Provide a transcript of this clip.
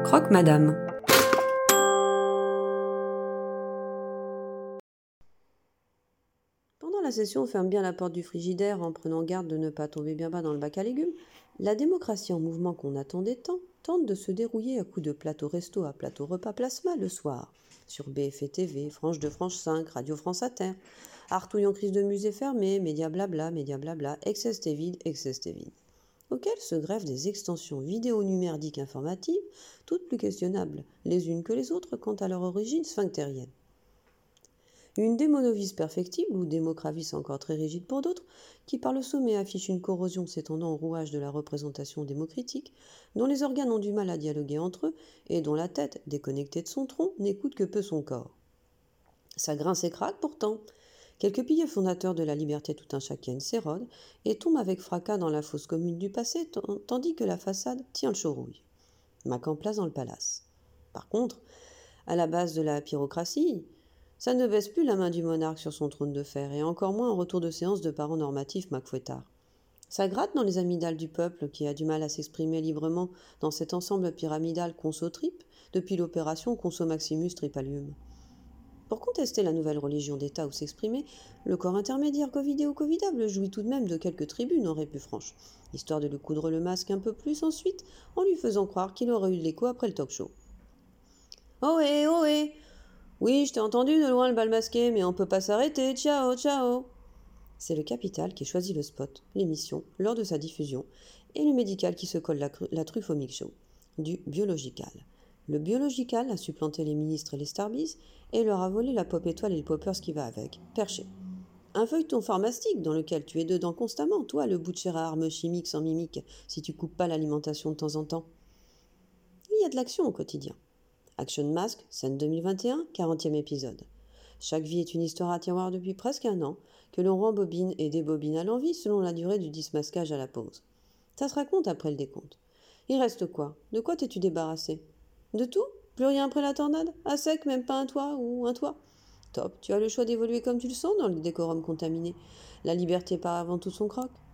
Croque-Madame. Pendant la session, on ferme bien la porte du frigidaire en prenant garde de ne pas tomber bien bas dans le bac à légumes. La démocratie en mouvement qu'on attendait tant tente de se dérouiller à coups de plateau resto à plateau repas plasma le soir. Sur BFM TV, Franche 2, Franche 5, Radio France Inter. Artouille en crise de musée fermé, média blabla, excès vide, auxquelles se greffent des extensions vidéo-numériques informatives, toutes plus questionnables les unes que les autres quant à leur origine sphinctérienne. Une démonovis perfectible, ou démocravis encore très rigide pour d'autres, qui par le sommet affiche une corrosion s'étendant au rouage de la représentation démocritique, dont les organes ont du mal à dialoguer entre eux, et dont la tête, déconnectée de son tronc, n'écoute que peu son corps. Ça grince et craque pourtant. Quelques piliers fondateurs de la liberté tout un chacun s'érodent et tombent avec fracas dans la fosse commune du passé, tandis que la façade tient le chaurouille. Mac en place dans le palace. Par contre, à la base de la pyrocratie, ça ne baisse plus la main du monarque sur son trône de fer, et encore moins en retour de séance de parents normatifs Macfouettard. Ça gratte dans les amygdales du peuple qui a du mal à s'exprimer librement dans cet ensemble pyramidal conso-trip depuis l'opération Conso-Maximus Tripalium. Pour contester la nouvelle religion d'État ou s'exprimer, le corps intermédiaire covidé ou covidable jouit tout de même de quelques tribunes en réput franche, histoire de lui coudre le masque un peu plus ensuite en lui faisant croire qu'il aurait eu de l'écho après le talk-show. Ohé, ohé! Oui, je t'ai entendu de loin le bal masqué, mais on peut pas s'arrêter, ciao, ciao! C'est le capital qui choisit le spot, l'émission, lors de sa diffusion, et le médical qui se colle la truffe au mix show, du biological. Le biological a supplanté les ministres et les starbies et leur a volé la pop étoile et le poppers qui va avec, perché. Un feuilleton pharmaceutique dans lequel tu es dedans constamment, toi, le bout de chair à armes chimiques sans mimique, si tu coupes pas l'alimentation de temps en temps. Il y a de l'action au quotidien. Action Mask, scène 2021, 40e épisode. Chaque vie est une histoire à tiroir depuis presque un an, que l'on rembobine et débobine à l'envie selon la durée du dismasquage à la pause. Ça se raconte après le décompte. Il reste quoi? De quoi t'es-tu débarrassé? De tout? Plus rien après la tornade? À sec, même pas un toit ou un toit? Top, tu as le choix d'évoluer comme tu le sens dans le décorum contaminé. La liberté part avant tout son croc.